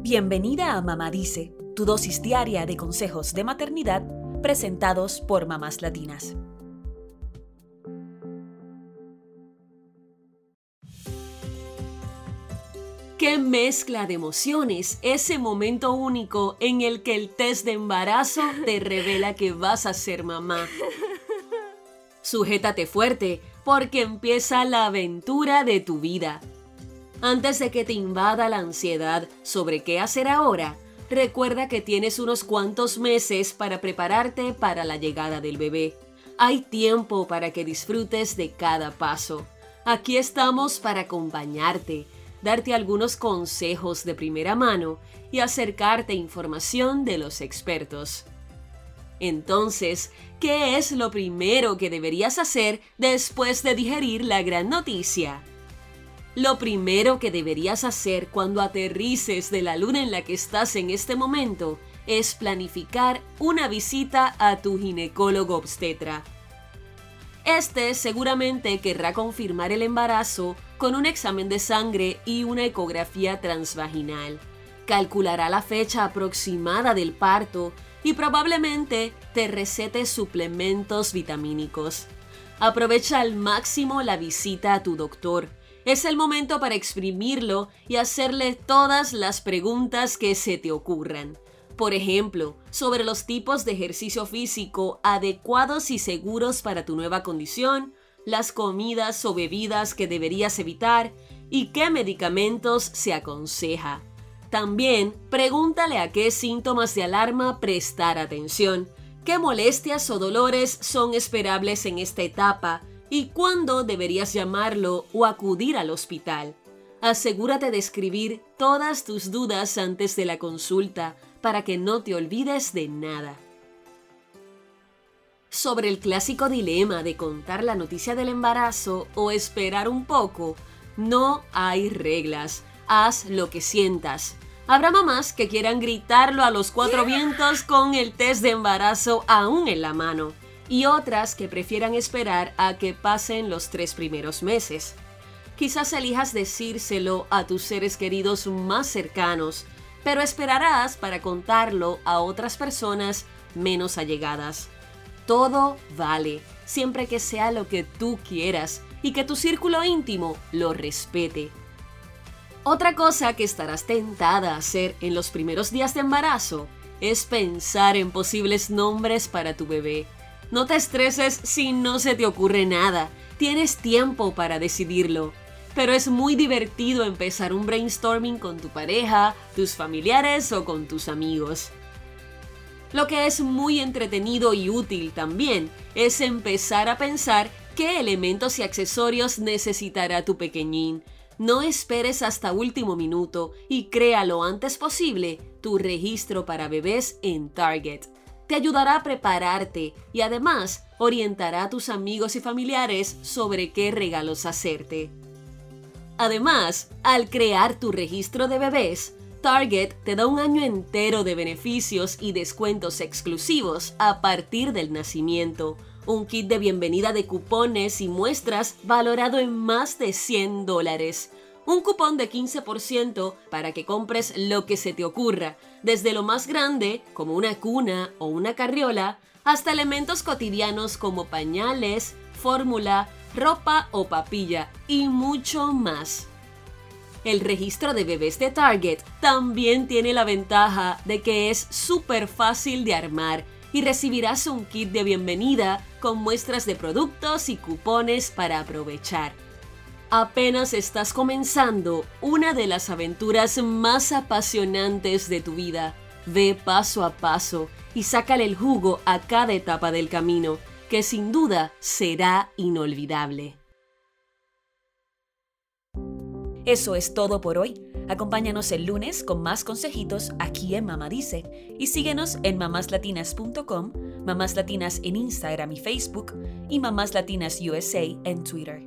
Bienvenida a Mamá Dice, tu dosis diaria de consejos de maternidad presentados por mamás latinas. ¡Qué mezcla de emociones! Ese momento único en el que el test de embarazo te revela que vas a ser mamá. Sujétate fuerte, porque empieza la aventura de tu vida. Antes de que te invada la ansiedad sobre qué hacer ahora, recuerda que tienes unos cuantos meses para prepararte para la llegada del bebé. Hay tiempo para que disfrutes de cada paso. Aquí estamos para acompañarte, darte algunos consejos de primera mano y acercarte información de los expertos. Entonces, ¿qué es lo primero que deberías hacer después de digerir la gran noticia? Lo primero que deberías hacer cuando aterrices de la luna en la que estás en este momento es planificar una visita a tu ginecólogo obstetra. Este seguramente querrá confirmar el embarazo con un examen de sangre y una ecografía transvaginal. Calculará la fecha aproximada del parto y probablemente te recete suplementos vitamínicos. Aprovecha al máximo la visita a tu doctor. Es el momento para exprimirlo y hacerle todas las preguntas que se te ocurran. Por ejemplo, sobre los tipos de ejercicio físico adecuados y seguros para tu nueva condición, las comidas o bebidas que deberías evitar y qué medicamentos se aconseja. También pregúntale a qué síntomas de alarma prestar atención, qué molestias o dolores son esperables en esta etapa y cuándo deberías llamarlo o acudir al hospital. Asegúrate de escribir todas tus dudas antes de la consulta para que no te olvides de nada. Sobre el clásico dilema de contar la noticia del embarazo o esperar un poco, no hay reglas. Haz lo que sientas. Habrá mamás que quieran gritarlo a los cuatro vientos con el test de embarazo aún en la mano y otras que prefieran esperar a que pasen los 3 primeros meses. Quizás elijas decírselo a tus seres queridos más cercanos, pero esperarás para contarlo a otras personas menos allegadas. Todo vale, siempre que sea lo que tú quieras y que tu círculo íntimo lo respete. Otra cosa que estarás tentada a hacer en los primeros días de embarazo es pensar en posibles nombres para tu bebé. No te estreses si no se te ocurre nada, tienes tiempo para decidirlo. Pero es muy divertido empezar un brainstorming con tu pareja, tus familiares o con tus amigos. Lo que es muy entretenido y útil también es empezar a pensar qué elementos y accesorios necesitará tu pequeñín. No esperes hasta último minuto y crea lo antes posible tu registro para bebés en Target. Te ayudará a prepararte y además orientará a tus amigos y familiares sobre qué regalos hacerte. Además, al crear tu registro de bebés, Target te da un año entero de beneficios y descuentos exclusivos a partir del nacimiento. Un kit de bienvenida de cupones y muestras valorado en más de $100. Un cupón de 15% para que compres lo que se te ocurra, desde lo más grande, como una cuna o una carriola, hasta elementos cotidianos como pañales, fórmula, ropa o papilla y mucho más. El registro de bebés de Target también tiene la ventaja de que es súper fácil de armar y recibirás un kit de bienvenida con muestras de productos y cupones para aprovechar. Apenas estás comenzando una de las aventuras más apasionantes de tu vida. Ve paso a paso y sácale el jugo a cada etapa del camino, que sin duda será inolvidable. Eso es todo por hoy. Acompáñanos el lunes con más consejitos aquí en Mamá Dice y síguenos en mamáslatinas.com, Mamás Latinas en Instagram y Facebook y Mamás Latinas USA en Twitter.